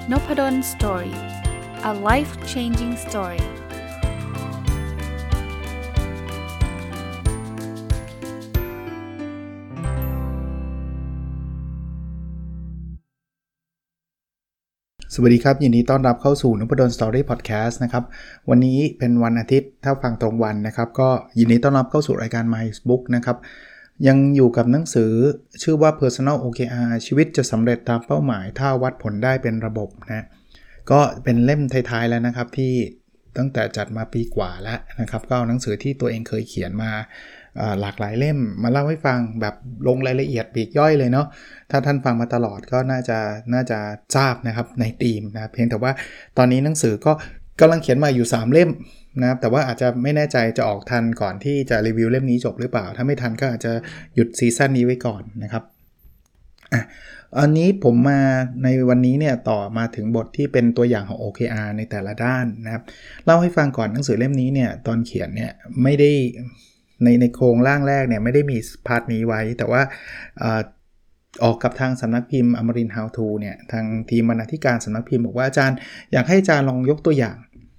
Nopadon Story. A life-changing story. สวัสดีครับยินดีต้อนรับเข้าสู่นพดลสตอรี่พอดแคสต์นะครับวันนี้เป็นวันอาทิตย์ถ้าฟังตรงวันนะครับก็ยินดีต้อนรับเข้าสู่รายการ My Book นะครับยังอยู่กับหนังสือชื่อว่า Personal OKR ชีวิตจะสำเร็จตามเป้าหมายถ้าวัดผลได้เป็นระบบนะก็เป็นเล่มท้ายๆแล้วนะครับที่ตั้งแต่จัดมาปีกว่าแล้วนะครับก็เอาหนังสือที่ตัวเองเคยเขียนมาหลากหลายเล่มมาเล่าให้ฟังแบบลงรายละเอียดปลีกย่อยเลยเนาะถ้าท่านฟังมาตลอดก็น่าจะทราบนะครับในธีมนะเพียงแต่ว่าตอนนี้หนังสือก็กำลังเขียนมาอยู่3เล่มนะครับแต่ว่าอาจจะไม่แน่ใจจะออกทันก่อนที่จะรีวิวเล่มนี้จบหรือเปล่าถ้าไม่ทันก็อาจจะหยุดซีซั่นนี้ไว้ก่อนนะครับอันนี้ผมมาในวันนี้เนี่ยต่อมาถึงบทที่เป็นตัวอย่างของ OKR ในแต่ละด้านนะครับเล่าให้ฟังก่อนหนังสือเล่มนี้เนี่ยตอนเขียนเนี่ยไม่ได้ในโครงร่างแรกเนี่ยไม่ได้มีพาร์ทนี้ไว้แต่ว่าออกกับทางสำนักพิมพ์อมรินทร์ How to เนี่ยทางทีมบรรณาธิการสำนักพิมพ์บอกว่าอาจารย์อยากให้อาจารย์ลองยกตัวอย่าง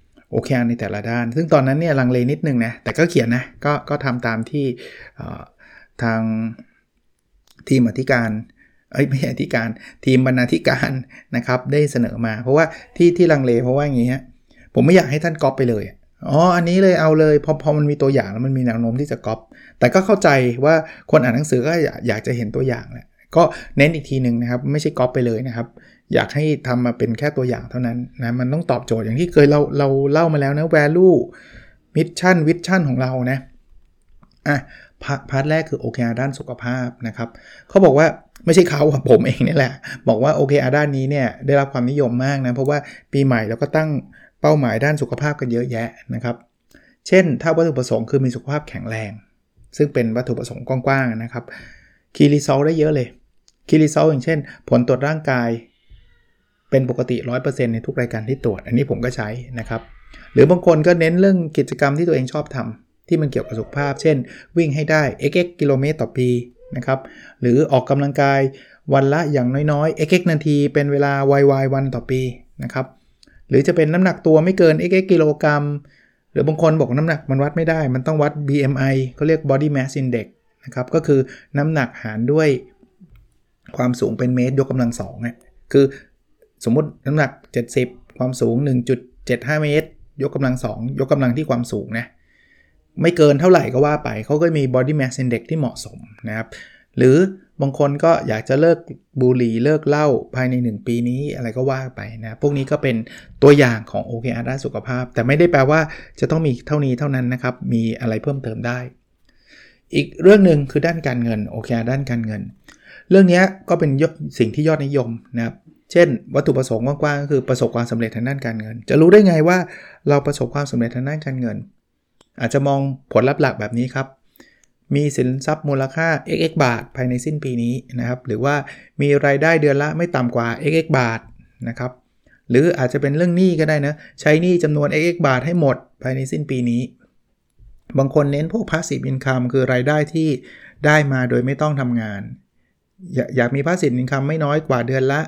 OKR ในแต่ละด้านซึ่งตอนนั้นเนี่ยลังเลนิดนึงนะแต่ก็เขียนนะก็ทำตามที่ทางทีมอธิการไม่อธิการทีมบรรณาธิการนะครับได้เสนอมาเพราะว่าที่ลังเลเพราะว่าอย่างงี้ฮะผมไม่อยากให้ท่านก๊อปไปเลยอันนี้เลยเอาเลยพอมันมีตัวอย่างแล้วมันมีแนวโน้มที่จะก๊อปแต่ก็เข้าใจว่าคนอ่านหนังสือก็อยากจะเห็นตัวอย่างแหละก็เน้นอีกทีนึงนะครับไม่ใช่ก๊อปไปเลยนะครับอยากให้ทำมาเป็นแค่ตัวอย่างเท่านั้นนะมันต้องตอบโจทย์อย่างที่เคยเราเล่ามาแล้วนะ value mission vision ของเรานะพาร์ทแรกคือ OKR ด้านสุขภาพนะครับเขาบอกว่าไม่ใช่เขาผมเองนี่แหละบอกว่า OKR ด้านนี้เนี่ยได้รับความนิยมมากนะเพราะว่าปีใหม่เราก็ตั้งเป้าหมายด้านสุขภาพกันเยอะแยะนะครับเช่นถ้าวัตถุประสงค์คือมีสุขภาพแข็งแรงซึ่งเป็นวัตถุประสงค์กว้างๆนะครับคีย์รีซอลได้เยอะเลยคีย์รีซอลอย่างเช่นผลตรวจร่างกายเป็นปกติ 100% ในทุกรายการที่ตรวจอันนี้ผมก็ใช้นะครับหรือบางคนก็เน้นเรื่องกิจกรรมที่ตัวเองชอบทำที่มันเกี่ยวกับสุขภาพเช่นวิ่งให้ได้ xx กิโลเมตรต่อปีนะครับหรือออกกำลังกายวันละอย่างน้อยๆ xx นาทีเป็นเวลา yy วันต่อปีนะครับหรือจะเป็นน้ำหนักตัวไม่เกิน xx กิโลกรัมหรือบางคนบอกน้ำหนักมันวัดไม่ได้มันต้องวัด BMI เขาเรียก Body Mass Index นะครับก็คือน้ำหนักหารด้วยความสูงเป็นเมตรยกกำลัง2เนี่ยคือสมมุติน้ำหนัก70ความสูง 1.75 เมตรยกกำลัง2ยกกำลังที่ความสูงนะไม่เกินเท่าไหร่ก็ว่าไปเขาก็มี Body Mass Index ที่เหมาะสมนะครับหรือบางคนก็อยากจะเลิกบุหรี่เลิกเหล้าภายใน1ปีนี้อะไรก็ว่าไปนะพวกนี้ก็เป็นตัวอย่างของ OKR ด้านสุขภาพแต่ไม่ได้แปลว่าจะต้องมีเท่านี้เท่านั้นนะครับมีอะไรเพิ่มเติมได้อีกเรื่องนึงคือด้านการเงิน OKR ด้านการเงินเรื่องนี้ก็เป็นสิ่งที่ยอดนิยมนะครับเช่นวัตถุประสงค์กว้างๆก็คือประสบความสำเร็จทางด้านการเงินจะรู้ได้ไงว่าเราประสบความสำเร็จทางด้านการเงินอาจจะมองผลลัพธ์หลักแบบนี้ครับมีสินทรัพย์มูลค่า xx บาทภายในสิ้นปีนี้นะครับหรือว่ามีรายได้เดือนละไม่ต่ำกว่า xx บาทนะครับหรืออาจจะเป็นเรื่องหนี้ก็ได้นะใช้หนี้จำนวน xx บาทให้หมดภายในสิ้นปีนี้บางคนเน้นพวก passive income คือรายได้ที่ได้มาโดยไม่ต้องทำงานอยากมี passive income ไม่น้อยกว่าเดือนละ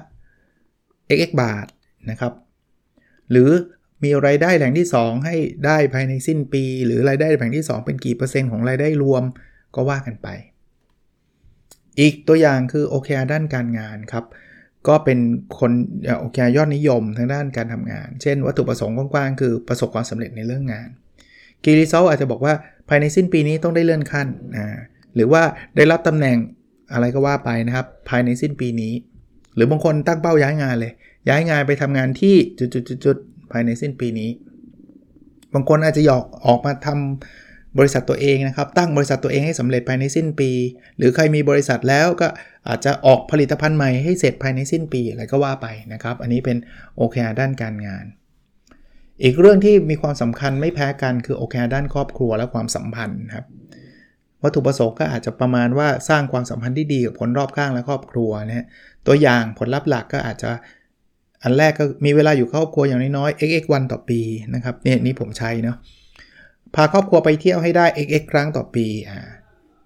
xx บาทนะครับหรือมีรายได้แหล่งที่2ให้ได้ภายในสิ้นปีหรือรายได้แหล่งที่2เป็นกี่เปอร์เซ็นต์ของรายได้รวมก็ว่ากันไปอีกตัวอย่างคือ OKR ด้านการงานครับก็เป็นคนOKR ยอดนิยมทางด้านการทำงานเช่นวัตถุประสงค์กว้างๆคือประสบความสำเร็จในเรื่องงานKey Result อาจจะบอกว่าภายในสิ้นปีนี้ต้องได้เลื่อนขั้นหรือว่าได้รับตำแหน่งอะไรก็ว่าไปนะครับภายในสิ้นปีนี้หรือบางคนตั้งเป้าย้ายงานเลยย้ายงานไปทำงานที่จุดๆภายในสิ้นปีนี้บางคนอาจจะออกมาทำบริษัทตัวเองนะครับตั้งบริษัทตัวเองให้สำเร็จภายในสิ้นปีหรือใครมีบริษัทแล้วก็อาจจะออกผลิตภัณฑ์ใหม่ให้เสร็จภายในสิ้นปีอะไรก็ว่าไปนะครับอันนี้เป็น OKR ด้านการงานอีกเรื่องที่มีความสำคัญไม่แพ้กันคือ OKR ด้านครอบครัวและความสัมพันธ์ครับวัตถุประสงค์ก็อาจจะประมาณว่าสร้างความสัมพันธ์ที่ดีกับคนรอบข้างและครอบครัวนะฮะตัวอย่างผลลัพธ์หลักก็อาจจะอันแรกก็มีเวลาอยู่ครอบครัวอย่างน้อยๆ xx วันต่อปีนะครับนี่ผมใช้เนาะพาครอบครัวไปเที่ยวให้ได้ xx ครั้งต่อปี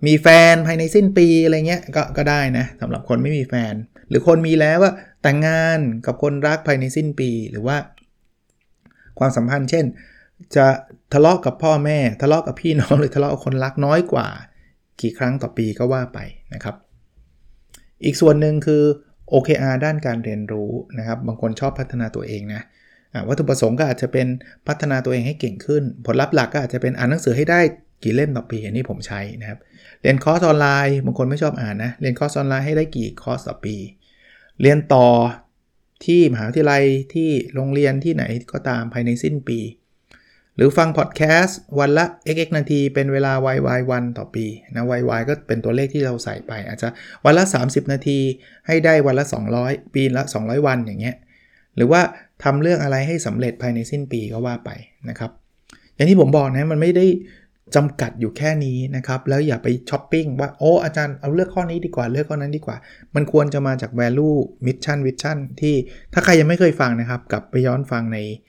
มีแฟนภายในสิ้นปีอะไรเงี้ยก็ได้นะสำหรับคนไม่มีแฟนหรือคนมีแล้วว่าแต่งงานกับคนรักภายในสิ้นปีหรือว่าความสัมพันธ์เช่นจะทะเลาะกับพ่อแม่ทะเลาะกับพี่น้องหรือทะเลาะกับคนรักน้อยกว่ากี่ครั้งต่อปีก็ว่าไปนะครับอีกส่วนหนึ่งคือ OKR ด้านการเรียนรู้นะครับบางคนชอบพัฒนาตัวเองนะวัตถุประสงค์ก็อาจจะเป็นพัฒนาตัวเองให้เก่งขึ้นผลลัพธ์หลักก็อาจจะเป็นอ่านหนังสือให้ได้กี่เล่มต่อปีอันนี้ผมใช้นะครับเรียนคอร์สออนไลน์บางคนไม่ชอบอ่านนะเรียนคอร์สออนไลน์ให้ได้กี่คอร์สต่อปีเรียนต่อที่มหาวิทยาลัยที่โรงเรียนที่ไหนก็ตามภายในสิ้นปีหรือฟังพอดแคสต์วันละ xx นาทีเป็นเวลา yy วันต่อปีนะ yy ก็เป็นตัวเลขที่เราใส่ไปอาจจะวันละ30นาทีให้ได้วันละ200ปีละ200วันอย่างเงี้ยหรือว่าทำเรื่องอะไรให้สำเร็จภายในสิ้นปีก็ว่าไปนะครับอย่างที่ผมบอกนะมันไม่ได้จำกัดอยู่แค่นี้นะครับแล้วอย่าไปช้อปปิ้งว่าโอ้อาจารย์เอาเลือกข้อนี้ดีกว่าเลือกข้อนั้นดีกว่ามันควรจะมาจาก value mission vision ที่ถ้าใครยังไม่เคยฟังนะครับกลับไปย้อนฟัง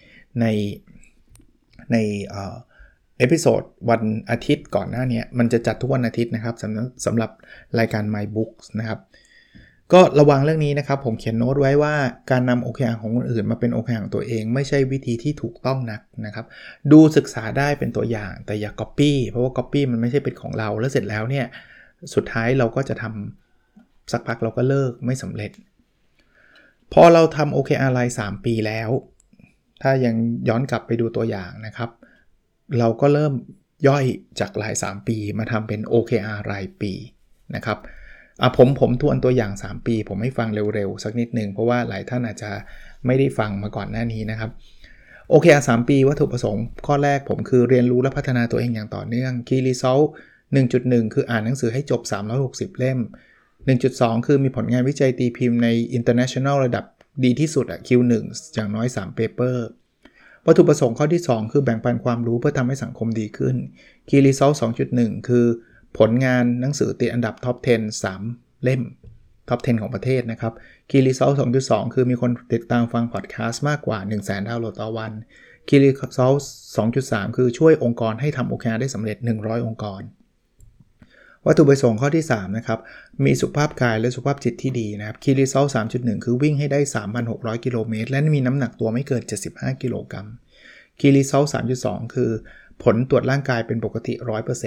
ในเอพิโซดวันอาทิตย์ก่อนหน้านี้มันจะจัดทุกวันอาทิตย์นะครับสำหรับรายการ My Books นะครับก็ระวังเรื่องนี้นะครับผมเขียนโน้ตไว้ว่าการนำ OKR ของคนอื่นมาเป็น OKR ของตัวเองไม่ใช่วิธีที่ถูกต้องนักนะครับดูศึกษาได้เป็นตัวอย่างแต่อย่า copy เพราะว่า copy มันไม่ใช่เป็นของเราแล้วเสร็จแล้วเนี่ยสุดท้ายเราก็จะทำสักพักเราก็เลิกไม่สำเร็จพอเราทำ OKR ราย3ปีแล้วถ้ายังย้อนกลับไปดูตัวอย่างนะครับเราก็เริ่มย่อยจากราย3ปีมาทำเป็น OKR รายปีนะครับผมทวนตัวอย่าง3ปีผมให้ฟังเร็วๆสักนิดนึงเพราะว่าหลายท่านอาจจะไม่ได้ฟังมาก่อนหน้านี้นะครับ OKR 3ปีวัตถุประสงค์ข้อแรกผมคือเรียนรู้และพัฒนาตัวเองอย่างต่อเนื่อง Key Result 1.1 คืออ่านหนังสือให้จบ360เล่ม 1.2 คือมีผลงานวิจัยตีพิมพ์ใน International ระดับดีที่สุดQ1 อย่างน้อย3 paper วัตถุประสงค์ข้อที่2คือแบ่งปันความรู้เพื่อทำให้สังคมดีขึ้น Key Result 2.1 คือผลงานหนังสือติดอันดับ Top 10 3 เล่ม Top 10 ของประเทศนะครับ Key Result 2.2 คือมีคนติดตามฟังพอดแคสต์มากกว่า 100,000 ดาวน์โหลดต่อวัน Key Result 2.3 คือช่วยองค์กรให้ทำ OKR ได้สำเร็จ100องค์กรวัตถุประสงค์ข้อที่3นะครับมีสุขภาพกายและสุขภาพจิตที่ดีนะครับ Key Result 3.1 คือวิ่งให้ได้ 3,600 กิโลเมตรและมีน้ำหนักตัวไม่เกิน75กิโลกรัม Key Result 3.2 คือผลตรวจร่างกายเป็นปกติ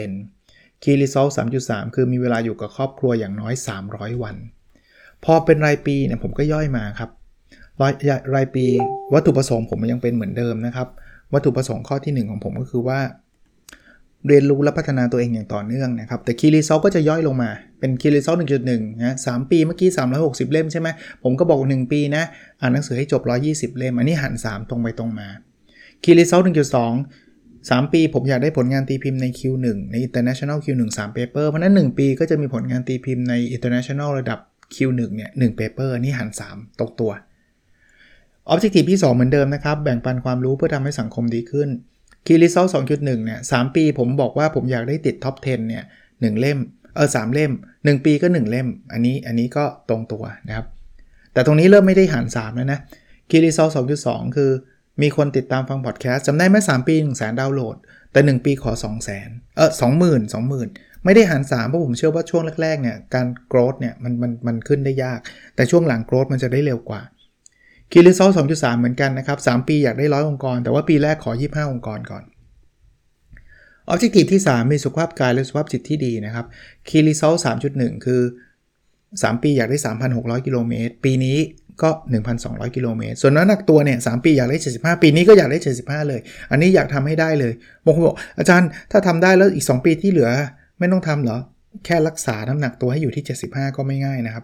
100% Key Result 3.3 คือมีเวลาอยู่กับครอบครัวอย่างน้อย300วันพอเป็นรายปีเนี่ยผมก็ย่อยมาครับรายปีวัตถุประสงค์ผมยังเป็นเหมือนเดิมนะครับวัตถุประสงค์ข้อที่1ของผมก็คือว่าเรียนรู้และพัฒนาตัวเองอย่างต่อเนื่องนะครับแต่ Key Result ก็จะย่อยลงมาเป็น Key Result 1.1 นะ3ปีเมื่อกี้360เล่มใช่ไหมผมก็บอก1ปีนะอ่านหนังสือให้จบ120เล่มอันนี้หัน3ตรงไปตรงมา Key Result 1.2 3ปีผมอยากได้ผลงานตีพิมพ์ใน Q1 ใน International Q1 3 paper เพราะนั้น1ปีก็จะมีผลงานตีพิมพ์ใน International ระดับ Q1 เนี่ย1 paper นี่หัน3ตรงตัว Objective ที่2เหมือนเดิมนะครับแบ่งปันความรู้เพื่อทำให้สังคมดีขึ้นKey Result 2.1 เนี่ย3ปีผมบอกว่าผมอยากได้ติด Top 10 เนี่ย1เล่ม3เล่ม1ปีก็1เล่มอันนี้ก็ตรงตัวนะครับแต่ตรงนี้เริ่มไม่ได้หาร3แล้วนะ Key Result 2.2 คือมีคนติดตามฟังพอดแคสต์จำได้ไหม3ปี 100,000 ดาวน์โหลดแต่1ปีขอ 200,000 20,000ไม่ได้หาร3เพราะผมเชื่อว่าช่วงแรกๆเนี่ยการ growth เนี่ยมันขึ้นได้ยากแต่ช่วงหลัง growth มันจะได้เร็วกว่าKey Result 2.3 เหมือนกันนะครับ3ปีอยากได้100องค์กรแต่ว่าปีแรกขอ25องค์กรก่อน Objective ที่3มีสุขภาพกายและสุขภาพจิตที่ดีนะครับ Key Result 3.1 คือ3ปีอยากได้ 3,600 กิโลเมตรปีนี้ก็ 1,200 กิโลเมตรส่วนน้ำหนักตัวเนี่ย3ปีอยากได้75ปีนี้ก็อยากได้75เลยอันนี้อยากทำให้ได้เลยบางคนบอกอาจารย์ถ้าทำได้แล้วอีก2ปีที่เหลือไม่ต้องทำเหรอแค่รักษาน้ำหนักตัวให้อยู่ที่75ก็ไม่ง่ายนะครับ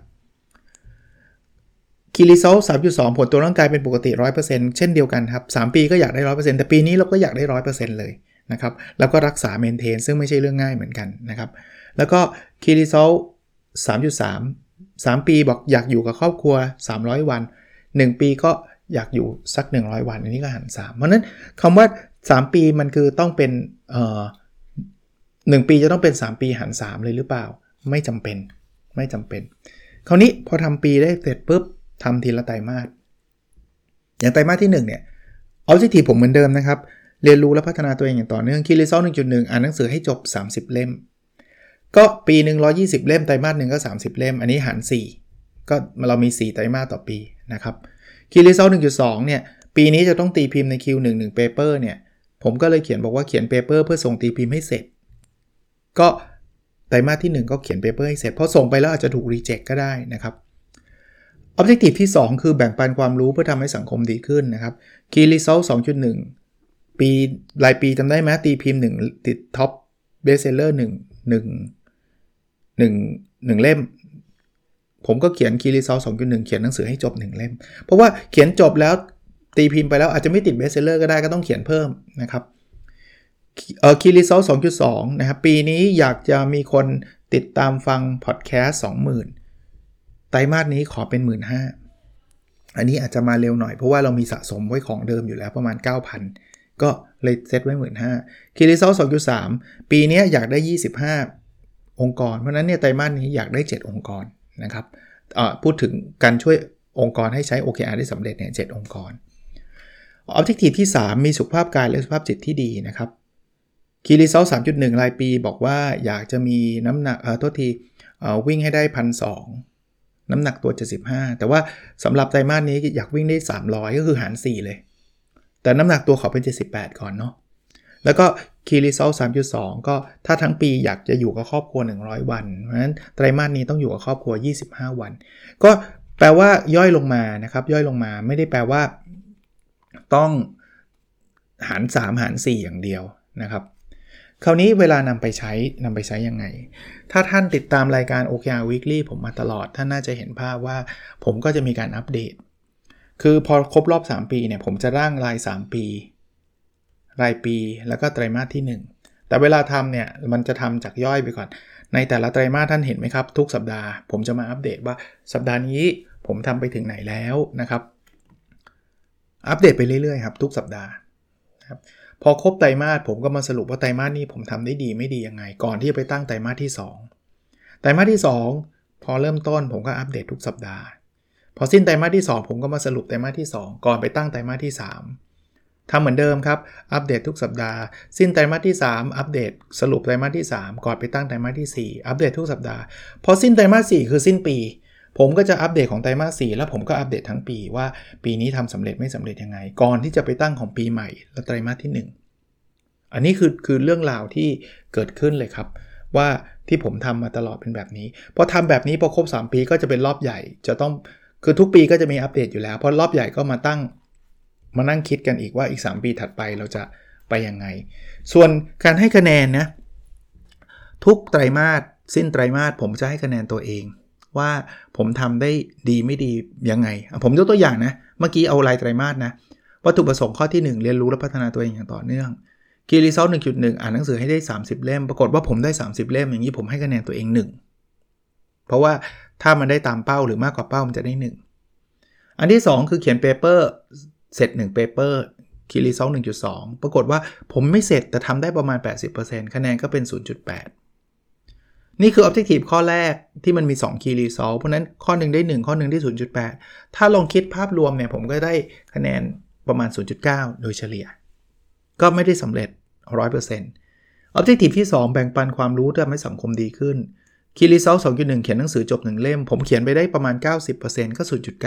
Key Result 3.2 ผลตัวร่างกายเป็นปกติ 100% เช่นเดียวกันครับ3ปีก็อยากได้ 100% แต่ปีนี้เราก็อยากได้ 100% เลยนะครับแล้วก็รักษา maintain ซึ่งไม่ใช่เรื่องง่ายเหมือนกันนะครับแล้วก็ Key Result 3.3 ปีบอกอยากอยู่กับครอบครัว300วัน1ปีก็อยากอยู่สัก100วันอันนี้ก็หัน3เพราะนั้นคำว่า3ปีมันคือต้องเป็น1ปีจะต้องเป็น3ปีหัน3เลยหรือเปล่าไม่จำเป็นคราวนี้พอทำปีได้เสร็จปุ๊บทำทีละไตรมาสอย่างไตรมาสที่1เนี่ย Objective ผมเหมือนเดิมนะครับเรียนรู้และพัฒนาตัวเองอย่างต่อเนื่อง Key Result 1.1 อ่านหนังสือให้จบ30เล่มก็ปีนึง120เล่มไตรมาสนึงก็30เล่มอันนี้หาร4ก็เรามี4ไตรมาสต่อปีนะครับ Key Result 1.2 เนี่ยปีนี้จะต้องตีพิมพ์ใน Q1 1 paper เนี่ยผมก็เลยเขียนบอกว่าเขียน paper เพื่อส่งตีพิมพ์ให้เสร็จก็ไตรมาสที่1ก็เขียน paper ให้เสร็จเพราะส่งไปแล้วอาจจะถูก reject ก็ได้นะครับ Objective ที่2คือแบ่งปันความรู้เพื่อทำให้สังคมดีขึ้นนะครับ Key Result 2.1 ปีรายปีจำได้ไหมตีพิมพ์1ติด Top Bestseller 1เล่มผมก็เขียน Key Result 2.1 เขียนหนังสือให้จบ1เล่มเพราะว่าเขียนจบแล้วตีพิมพ์ไปแล้วอาจจะไม่ติด Bestseller ก็ได้ก็ต้องเขียนเพิ่มนะครับKey Result 2.2 นะครับปีนี้อยากจะมีคนติดตามฟังพอดแคสต์ 20,000 ไตรมาสนี้ขอเป็น 15,000 อันนี้อาจจะมาเร็วหน่อยเพราะว่าเรามีสะสมไว้ของเดิมอยู่แล้วประมาณ 9,000 ก็เลยเซตไว้ 15,000 Key Result 2.3 ปีนี้อยากได้25องค์กรเพราะนั้นเนี่ยไตรมาสนี้อยากได้7องค์กรนะครับพูดถึงการช่วยองค์กรให้ใช้ OKR ได้สำเร็จเนี่ย7องค์กร Objective ที่3มีสุขภาพกายและสุขภาพจิตที่ดีนะครับ Key Result 3.1 รายปีบอกว่าอยากจะมีน้ำหนักวิ่งให้ได้ 1,200 น้ำหนักตัว75แต่ว่าสำหรับไตรมาสนี้อยากวิ่งได้300ก็คือหาร4เลยแต่น้ำหนักตัวขอเป็น78ก่อนเนาะแล้วก็ Key Result 3.2 ก็ถ้าทั้งปีอยากจะอยู่กับครอบครัว100วันเพราะฉะนั้นไตรมาสนี้ต้องอยู่กับครอบครัว25วันก็แปลว่าย่อยลงมานะครับย่อยลงมาไม่ได้แปลว่าต้องหาร3หาร4อย่างเดียวนะครับคราวนี้เวลานำไปใช้ยังไงถ้าท่านติดตามรายการ OKR Weekly ผมมาตลอดท่านน่าจะเห็นภาพว่าผมก็จะมีการอัปเดตคือพอครบรอบ3ปีเนี่ยผมจะร่างราย3ปีรายปีแล้วก็ไตรมาสที่1แต่เวลาทำเนี่ยมันจะทำจากย่อยไปก่อนในแต่ละไตรมาสท่านเห็นไหมครับทุกสัปดาห์ผมจะมาอัปเดตว่าสัปดาห์นี้ผมทำไปถึงไหนแล้วนะครับอัปเดตไปเรื่อยๆครับทุกสัปดาห์นะครับพอครบไตรมาสผมก็มาสรุปว่าไตรมาสนี้ผมทำได้ดีไม่ดียังไงก่อนที่จะไปตั้งไตรมาสที่2ไตรมาสที่2พอเริ่มต้นผมก็อัปเดตทุกสัปดาห์พอสิ้นไตรมาสที่2ผมก็มาสรุปไตรมาสที่2ก่อนไปตั้งไตรมาสที่3ทำเหมือนเดิมครับอัปเดตทุกสัปดาห์สิ้นไตรมาสที่3อัปเดตสรุปไตรมาสที่3ก่อนไปตั้งไตรมาสที่4อัปเดตทุกสัปดาห์พอสิ้นไตรมาส4คือสิ้นปีผมก็จะอัปเดตของไตรมาส4แล้วผมก็อัปเดตทั้งปีว่าปีนี้ทำสำเร็จไม่สำเร็จยังไงก่อนที่จะไปตั้งของปีใหม่และไตรมาสที่1อันนี้คือเรื่องราวที่เกิดขึ้นเลยครับว่าที่ผมทำมาตลอดเป็นแบบนี้พอทำแบบนี้พอครบ3ปีก็จะเป็นรอบใหญ่จะต้องคือทุกปีก็จะมีอัปเดตอยู่แล้วพอรอบใหญ่ก็มานั่งคิดกันอีกว่าอีก3ปีถัดไปเราจะไปยังไงส่วนการให้คะแนนนะทุกไตรมาสสิ้นไตรมาสผมจะให้คะแนนตัวเองว่าผมทำได้ดีไม่ดียังไงผมยกตัวอย่างนะเมื่อกี้เอารายไตรมาสนะวัตถุประสงค์ข้อที่1เรียนรู้และพัฒนาตัวเองอย่างต่อเนื่อง Key Result 1.1 อ่านหนังสือให้ได้30เล่มปรากฏว่าผมได้30เล่มอย่างนี้ผมให้คะแนนตัวเอง1เพราะว่าถ้ามันได้ตามเป้าหรือมากกว่าเป้ามันจะได้1อันที่2คือเขียนเปเปอร์เสร็จ1 paper Key Result 1.2 ปรากฏว่าผมไม่เสร็จแต่ทำได้ประมาณ 80% คะแนนก็เป็น 0.8 นี่คือ Objective ข้อแรกที่มันมี2 Key Result เพราะนั้นข้อนึงได้1ข้อนึงได้ 0.8 ถ้าลองคิดภาพรวมเนี่ยผมก็ได้คะแนนประมาณ 0.9 โดยเฉลี่ยก็ไม่ได้สำเร็จ 100% Objective ที่2แบ่งปันความรู้ทำให้สังคมดีขึ้น Key Result 2.1 เขียนหนังสือจบ1เล่มผมเขียนไปได้ประมาณ 90% ก็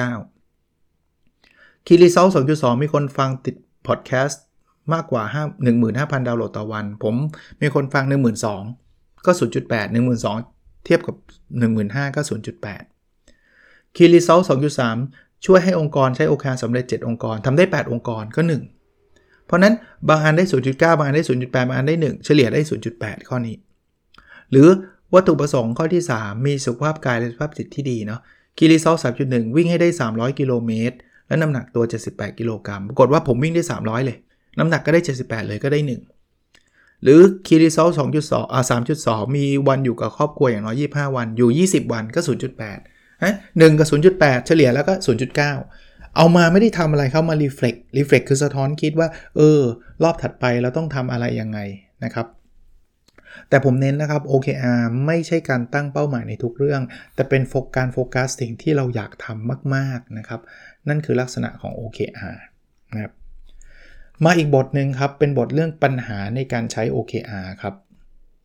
0.9Key Result 2.2 มีคนฟังติดพอดแคสต์มากกว่า 15,000 ดาวน์โหลดต่อวันผมมีคนฟัง 12,000 ก็ 0.8 12,000 เทียบกับ 15,000 ก็ 0.8 Key Result 2.3 ช่วยให้องค์กรใช้ OKR สำเร็จ7องค์กรทำได้8องค์กรก็1เพราะนั้นบางอันได้ 0.9 บางอันได้ 0.8 บางอันได้1เฉลี่ยได้ 0.8 ข้อนี้หรือวัตถุประสงค์ข้อที่3มีสุขภาพกายและสุขภาพจิตที่ดีเนาะ Key Result 3.1 วิ่งให้ได้300กิโลเมตรและน้ำหนักตัว78กิโลกรัมปรากฏว่าผมวิ่งได้300เลยน้ำหนักก็ได้78เลยก็ได้1หรือ Key Result 3.2 มีวันอยู่กับครอบครัวอย่างน้อย25วันอยู่20วันก็ 0.8 1กับ 0.8 เฉลี่ยแล้วก็ 0.9 เอามาไม่ได้ทำอะไรเข้ามา reflect คือสะท้อนคิดว่ารอบถัดไปเราต้องทำอะไรยังไงนะครับแต่ผมเน้นนะครับ OKR ไม่ใช่การตั้งเป้าหมายในทุกเรื่องแต่เป็นการโฟกัสสิ่งที่เราอยากทำมากๆนะครับนั่นคือลักษณะของ OKR นะครับมาอีกบทหนึ่งครับเป็นบทเรื่องปัญหาในการใช้ OKR ครับ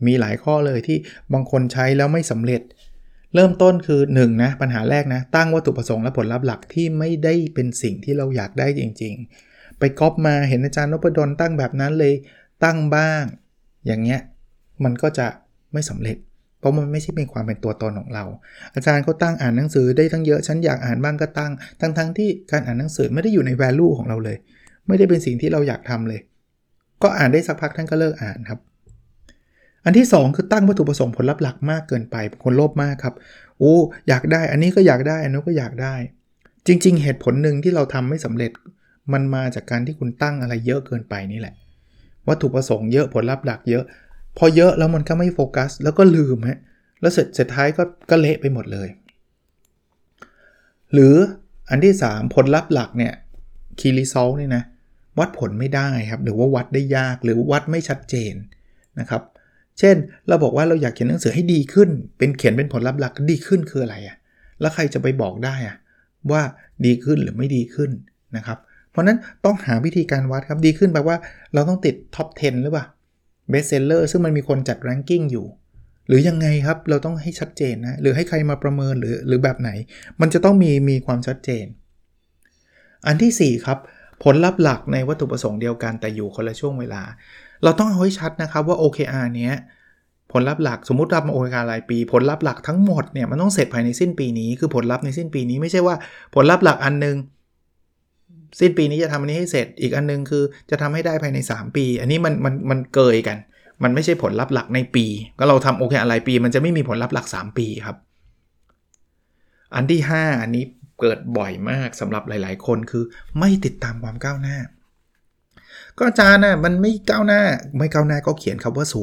มีหลายข้อเลยที่บางคนใช้แล้วไม่สำเร็จเริ่มต้นคือ1นะปัญหาแรกนะตั้งวัตถุประสงค์และผลลัพธ์หลักที่ไม่ได้เป็นสิ่งที่เราอยากได้จริงๆไปก๊อปมาเห็นอาจารย์นพดลตั้งแบบนั้นเลยตั้งบ้างอย่างเงี้ยมันก็จะไม่สำเร็จเพราะมันไม่ใช่เป็นความเป็นตัวตนของเราอาจารย์เขาตั้งอ่านหนังสือได้ตั้งเยอะฉันอยากอ่านบ้างก็ตั้งทั้งที่การอ่านหนังสือไม่ได้อยู่ใน value ของเราเลยไม่ได้เป็นสิ่งที่เราอยากทำเลยก็อ่านได้สักพักท่านก็เลิกอ่านครับอันที่2คือตั้งวัตถุประสงค์ผลลัพธ์หลักมากเกินไปคนโลภมากครับอยากได้อันนี้ก็อยากได้อันนู้นก็อยากได้จริงๆเหตุผลหนึ่งที่เราทำไม่สำเร็จมันมาจากการที่คุณตั้งอะไรเยอะเกินไปนี่แหละวัตถุประสงค์เยอะผลลัพธ์หลักเยอะพอเยอะแล้วมันก็ไม่โฟกัสแล้วก็ลืมฮะแล้วเสร็จท้ายก็เละไปหมดเลยหรืออันที่3ผลลัพธ์หลักเนี่ย key result นี่นะวัดผลไม่ได้ครับหรือว่าวัดได้ยากหรือวัดไม่ชัดเจนนะครับเช่นเราบอกว่าเราอยากเขียนหนังสือให้ดีขึ้นเขียนเป็นผลลัพธ์หลักดีขึ้นคืออะไรอ่ะแล้วใครจะไปบอกได้อ่ะว่าดีขึ้นหรือไม่ดีขึ้นนะครับเพราะนั้นต้องหาวิธีการวัดครับดีขึ้นแปลว่าเราต้องติดท็อป 10 หรือเปล่าเบสเซลเลอร์ซึ่งมันมีคนจัดแรงกิ้งอยู่หรือยังไงครับเราต้องให้ชัดเจนนะหรือให้ใครมาประเมินหรือแบบไหนมันจะต้องมีความชัดเจนอันที่4ครับผลลัพธ์หลักในวัตถุประสงค์เดียวกันแต่อยู่คนละช่วงเวลาเราต้องเอาให้ชัดนะครับว่า OKR เนี้ยผลลัพธ์หลักสมมุติทำ OKR รายปีผลลัพธ์หลักทั้งหมดเนี่ยมันต้องเสร็จภายในสิ้นปีนี้คือผลลัพธ์ในสิ้นปีนี้ไม่ใช่ว่าผลลัพธ์หลักอันนึงสิ้นปีนี้จะทำอันนี้ให้เสร็จอีกอันนึงคือจะทำให้ได้ภายใน3ปีอันนี้มันเกยกันมันไม่ใช่ผลลัพธ์หลักในปีก็เราทำ OKR รายปีมันจะไม่มีผลลัพธ์หลัก3ปีครับอันที่5อันนี้เกิดบ่อยมากสำหรับหลายๆคนคือไม่ติดตามความก้าวหน้าก็อาจารย์น่ะมันไม่ก้าวหน้าก็เขียนคำว่า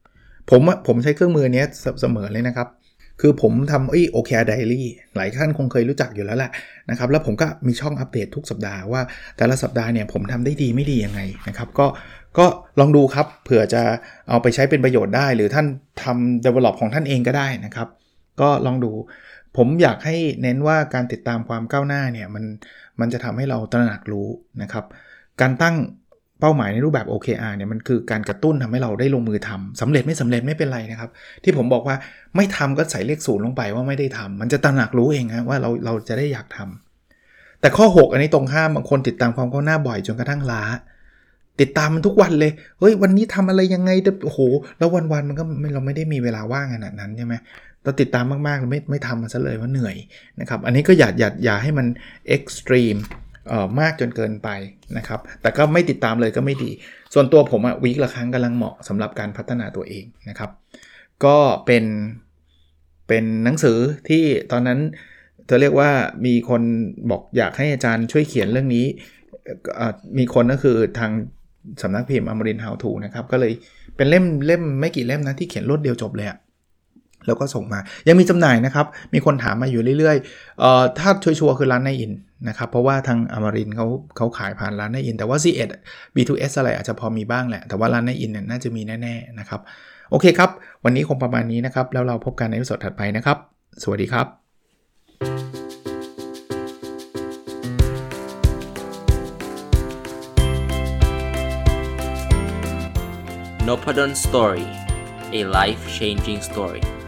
0ผมใช้เครื่องมือนี้เสมอเลยนะครับคือผมทำOKR Diary หลายท่านคงเคยรู้จักอยู่แล้วแหละนะครับแล้วผมก็มีช่องอัปเดตทุกสัปดาห์ว่าแต่ละสัปดาห์เนี่ยผมทำได้ดีไม่ดียังไงนะครับก็ลองดูครับเผื่อจะเอาไปใช้เป็นประโยชน์ได้หรือท่านทำ develop ของท่านเองก็ได้นะครับก็ลองดูผมอยากให้เน้นว่าการติดตามความก้าวหน้าเนี่ยมันจะทำให้เราตระหนักรู้นะครับการตั้งเป้าหมายในรูปแบบ OKR เนี่ยมันคือการกระตุ้นทำให้เราได้ลงมือทำสำเร็จไม่สำเร็จไม่เป็นไรนะครับที่ผมบอกว่าไม่ทำก็ใส่เลข0ลงไปว่าไม่ได้ทำมันจะตระหนักรู้เองนะว่าเราจะได้อยากทำแต่ข้อ6อันนี้ตรงข้ามบางคนติดตามความก้าวหน้าบ่อยจนกระทั่งล้าติดตามมันทุกวันเลยเฮ้ยวันนี้ทำอะไรยังไงโอ้โหแล้ววันๆมันก็เราไม่ได้มีเวลาว่างขนาดนั้นใช่ไหมเราติดตามมากๆไม่ทำมันซะเลยว่าเหนื่อยนะครับอันนี้ก็อย่าให้มันเอ็กซ์ตรีมมากจนเกินไปนะครับแต่ก็ไม่ติดตามเลยก็ไม่ดีส่วนตัวผมวีคละครั้งกำลังเหมาะสำหรับการพัฒนาตัวเองนะครับก็เป็นหนังสือที่ตอนนั้นเธอเรียกว่ามีคนบอกอยากให้อาจารย์ช่วยเขียนเรื่องนี้มีคนก็คือทางสำนักพิมพ์อมรินทร์ How to นะครับก็เลยเป็นเล่มไม่กี่เล่มนะที่เขียนรวดเดียวจบเลยแล้วก็ส่งมายังมีจำหน่ายนะครับมีคนถามมาอยู่เรื่อยๆถ้าชัวร์คือร้านในอินนะครับเพราะว่าทางอมรินทร์เขาขายผ่านร้านในอินแต่ว่า C1 B2S อะไรอาจจะพอมีบ้างแหละแต่ว่าร้านในอินเนี่ยน่าจะมีแน่ๆนะครับโอเคครับวันนี้คงประมาณนี้นะครับแล้วเราพบกันในตอนถัดไปนะครับสวัสดีครับ Noppadan Story, a life-changing story.